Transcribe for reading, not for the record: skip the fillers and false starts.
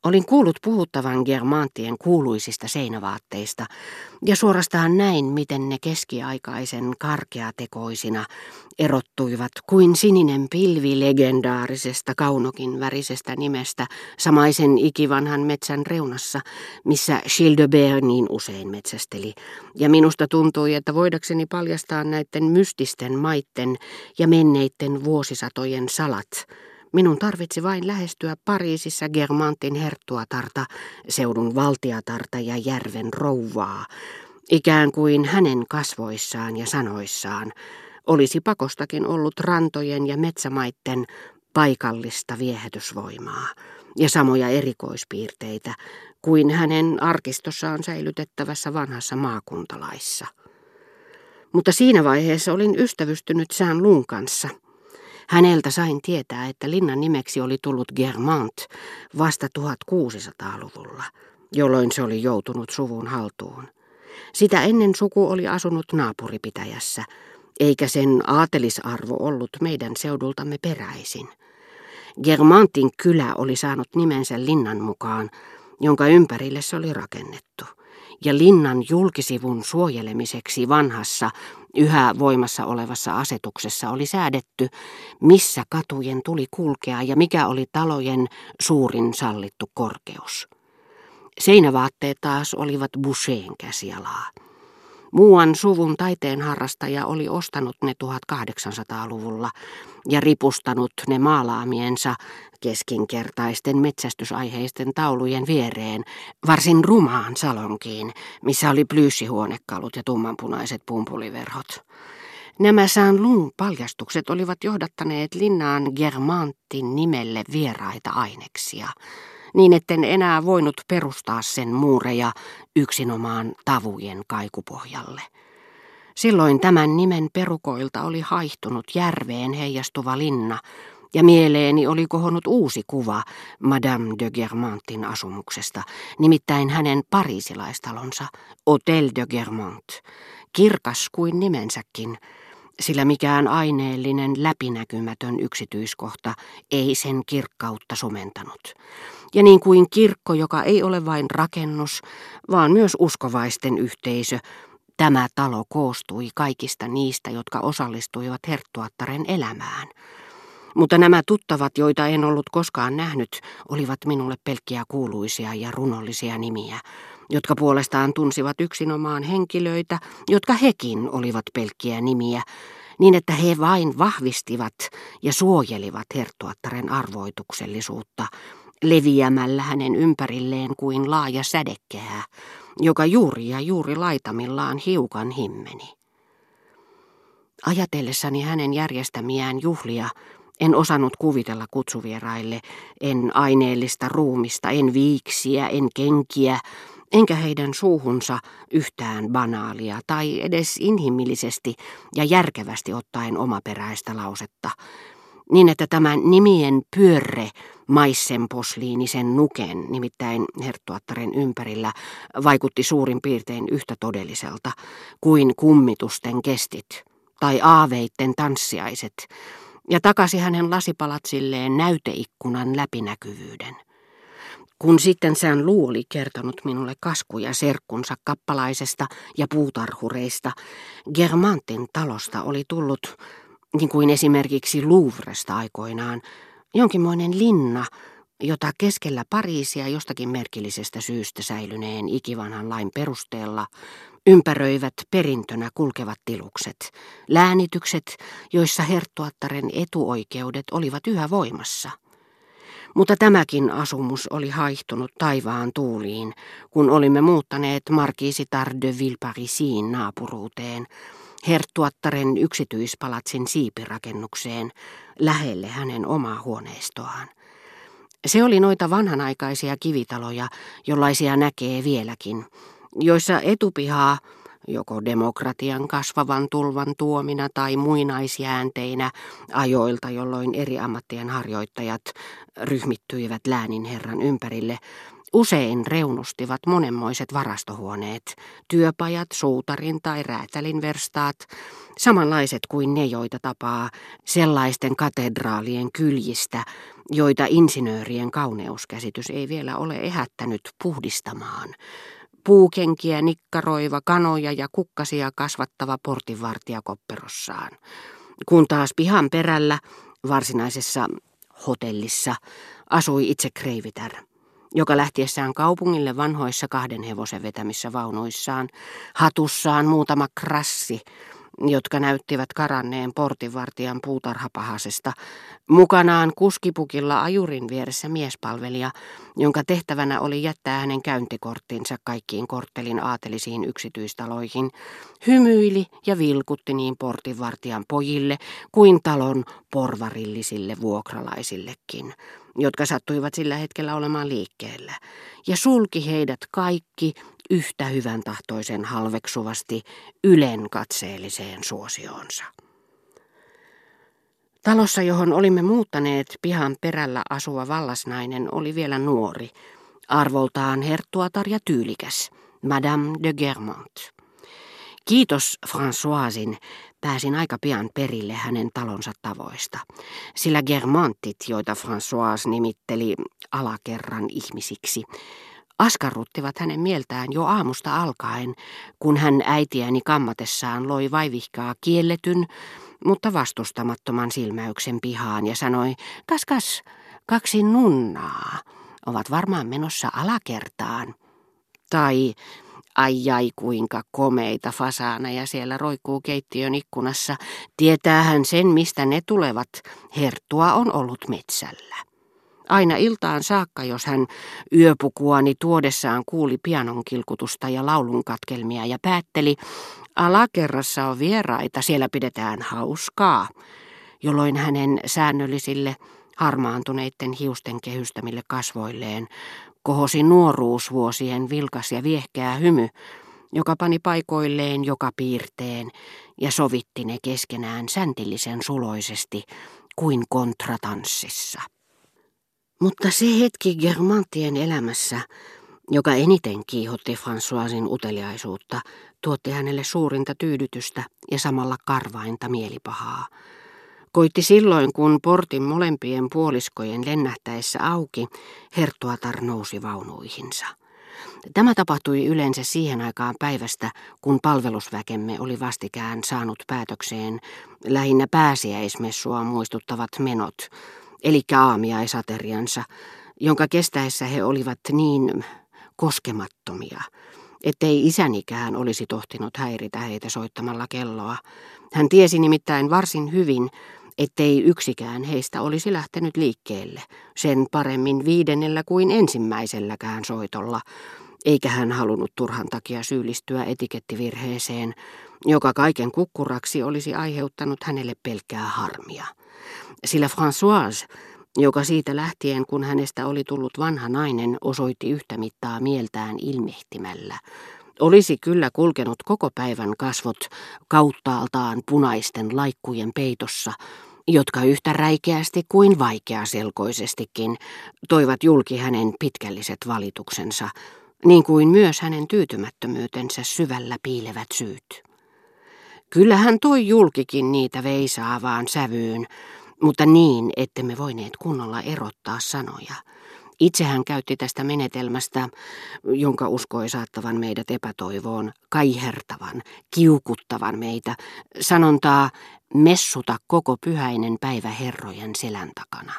Olin kuullut puhuttavan Guermantesin kuuluisista seinävaatteista, ja suorastaan näin, miten ne keskiaikaisen karkeatekoisina erottuivat kuin sininen pilvi legendaarisesta kaunokin värisestä nimestä samaisen ikivanhan metsän reunassa, missä Childebert niin usein metsästeli, ja minusta tuntui, että voidakseni paljastaa näiden mystisten maitten ja menneitten vuosisatojen salat, minun tarvitsi vain lähestyä Pariisissa Guermantesin herttuatarta, seudun valtiatarta ja järven rouvaa, ikään kuin hänen kasvoissaan ja sanoissaan olisi pakostakin ollut rantojen ja metsämaitten paikallista viehätysvoimaa ja samoja erikoispiirteitä kuin hänen arkistossaan säilytettävässä vanhassa maakuntalaissa. Mutta siinä vaiheessa olin ystävystynyt Saint-Loun kanssa. Häneltä sain tietää, että linnan nimeksi oli tullut Guermantes vasta 1600-luvulla, jolloin se oli joutunut suvun haltuun. Sitä ennen suku oli asunut naapuripitäjässä, eikä sen aatelisarvo ollut meidän seudultamme peräisin. Guermantesin kylä oli saanut nimensä linnan mukaan, jonka ympärille se oli rakennettu, ja linnan julkisivun suojelemiseksi vanhassa, yhä voimassa olevassa asetuksessa oli säädetty, missä katujen tuli kulkea ja mikä oli talojen suurin sallittu korkeus. Seinävaatteet taas olivat Bouchén käsialaa. Muuan suvun taiteen harrastaja oli ostanut ne 1800-luvulla ja ripustanut ne maalaamiensa keskinkertaisten metsästysaiheisten taulujen viereen varsin rumaan salonkiin, missä oli plyyssihuonekalut ja tummanpunaiset pumpuliverhot. Nämä Saint-Loun paljastukset olivat johdattaneet linnaan Guermantesin nimelle vieraita aineksia, niin etten enää voinut perustaa sen muureja yksinomaan tavujen kaikupohjalle. Silloin tämän nimen perukoilta oli haihtunut järveen heijastuva linna, ja mieleeni oli kohonnut uusi kuva Madame de Guermantesin asumuksesta, nimittäin hänen pariisilaistalonsa Hôtel de Guermantes, kirkas kuin nimensäkin, sillä mikään aineellinen läpinäkymätön yksityiskohta ei sen kirkkautta sumentanut. Ja niin kuin kirkko, joka ei ole vain rakennus, vaan myös uskovaisten yhteisö, tämä talo koostui kaikista niistä, jotka osallistuivat herttuattaren elämään. Mutta nämä tuttavat, joita en ollut koskaan nähnyt, olivat minulle pelkkiä kuuluisia ja runollisia nimiä, jotka puolestaan tunsivat yksinomaan henkilöitä, jotka hekin olivat pelkkiä nimiä, niin että he vain vahvistivat ja suojelivat herttuattaren arvoituksellisuutta, leviämällä hänen ympärilleen kuin laaja sädekehä, joka juuri ja juuri laitamillaan hiukan himmeni. Ajatellessani hänen järjestämiään juhlia, en osannut kuvitella kutsuvieraille, en aineellista ruumista, en viiksiä, en kenkiä, enkä heidän suuhunsa yhtään banaalia tai edes inhimillisesti ja järkevästi ottaen omaperäistä lausetta, niin että tämä nimien pyörre maissenposliinisen nuken, nimittäin herttuattaren ympärillä, vaikutti suurin piirtein yhtä todelliselta kuin kummitusten kestit tai aaveitten tanssiaiset, ja takasi hänen lasipalatsilleen näyteikkunan läpinäkyvyyden. Kun sitten Saint-Loun oli kertonut minulle kaskuja serkkunsa kappalaisesta ja puutarhureista, Guermantesin talosta oli tullut, niin kuin esimerkiksi Louvresta aikoinaan, jonkinmoinen linna, jota keskellä Pariisia jostakin merkillisestä syystä säilyneen ikivanhan lain perusteella ympäröivät perintönä kulkevat tilukset, läänitykset, joissa herttuattaren etuoikeudet olivat yhä voimassa. Mutta tämäkin asumus oli haihtunut taivaan tuuliin, kun olimme muuttaneet markiisitar de Villeparisin naapuruuteen, herttuattaren yksityispalatsin siipirakennukseen, lähelle hänen omaa huoneistoaan. Se oli noita vanhanaikaisia kivitaloja, jollaisia näkee vieläkin, joissa etupihaa, joko demokratian kasvavan tulvan tuomina tai muinaisjäänteinä ajoilta, jolloin eri ammattien harjoittajat ryhmittyivät lääninherran ympärille, usein reunustivat monenmoiset varastohuoneet, työpajat, suutarin tai räätälin verstaat, samanlaiset kuin ne, joita tapaa sellaisten katedraalien kyljistä, joita insinöörien kauneuskäsitys ei vielä ole ehättänyt puhdistamaan. Puukenkiä nikkaroiva, kanoja ja kukkasia kasvattava portinvartija kopperossaan. Kun taas pihan perällä, varsinaisessa hotellissa, asui itse kreivitär, joka lähtiessään kaupungille vanhoissa 2 hevosen vetämissä vaunuissaan, hatussaan muutama krassi, jotka näyttivät karanneen portinvartijan puutarhapahasesta, mukanaan kuskipukilla ajurin vieressä miespalvelija, jonka tehtävänä oli jättää hänen käyntikorttinsa kaikkiin korttelin aatelisiin yksityistaloihin, hymyili ja vilkutti niin portinvartijan pojille kuin talon porvarillisille vuokralaisillekin, jotka sattuivat sillä hetkellä olemaan liikkeellä, ja sulki heidät kaikki yhtä hyvän tahtoisen halveksuvasti Ylen katseelliseen suosioonsa. Talossa, johon olimme muuttaneet, pihan perällä asuva vallasnainen oli vielä nuori, arvoltaan herttuatar ja tyylikäs, Madame de Guermantes. Kiitos Françoisin, pääsin aika pian perille hänen talonsa tavoista, sillä Guermantit, joita François nimitteli alakerran ihmisiksi, askarruttivat hänen mieltään jo aamusta alkaen, kun hän äitiäni kammatessaan loi vaivihkaa kielletyn, mutta vastustamattoman silmäyksen pihaan ja sanoi, kas, 2 nunnaa, ovat varmaan menossa alakertaan. Tai, ai kuinka komeita fasaaneja siellä roikkuu keittiön ikkunassa, tietää hän sen mistä ne tulevat, herttua on ollut metsällä. Aina iltaan saakka, jos hän yöpukuani tuodessaan kuuli pianon kilkutusta ja laulun katkelmia ja päätteli, alakerrassa on vieraita, siellä pidetään hauskaa, jolloin hänen säännöllisille harmaantuneitten hiusten kehystämille kasvoilleen kohosi nuoruusvuosien vilkas ja viehkeä hymy, joka pani paikoilleen joka piirteen ja sovitti ne keskenään säntillisen suloisesti kuin kontratanssissa. Mutta se hetki Guermantien elämässä, joka eniten kiihotti Françoisin uteliaisuutta, tuotti hänelle suurinta tyydytystä ja samalla karvainta mielipahaa. Koitti silloin, kun portin molempien puoliskojen lennähtäessä auki, herttuatar nousi vaunuihinsa. Tämä tapahtui yleensä siihen aikaan päivästä, kun palvelusväkemme oli vastikään saanut päätökseen lähinnä pääsiäismessua muistuttavat menot, eli aamiaisateriansa, jonka kestäessä he olivat niin koskemattomia, ettei isänikään olisi tohtinut häiritä heitä soittamalla kelloa. Hän tiesi nimittäin varsin hyvin, ettei yksikään heistä olisi lähtenyt liikkeelle, sen paremmin 5. kuin ensimmäiselläkään soitolla, eikä hän halunnut turhan takia syyllistyä etikettivirheeseen, joka kaiken kukkuraksi olisi aiheuttanut hänelle pelkkää harmia. Sillä François, joka siitä lähtien, kun hänestä oli tullut vanha nainen, osoitti yhtä mittaa mieltään ilmehtimällä, olisi kyllä kulkenut koko päivän kasvot kauttaaltaan punaisten laikkujen peitossa, jotka yhtä räikeästi kuin vaikeaselkoisestikin toivat julki hänen pitkälliset valituksensa, niin kuin myös hänen tyytymättömyytensä syvällä piilevät syyt. Kyllä hän toi julkikin niitä veisaavaan sävyyn, mutta niin, ettemme voineet kunnolla erottaa sanoja. Itse hän käytti tästä menetelmästä, jonka uskoi saattavan meidät epätoivoon, kaihertavan, kiukuttavan meitä, sanontaa messuta koko pyhäinen päivä herrojen selän takana.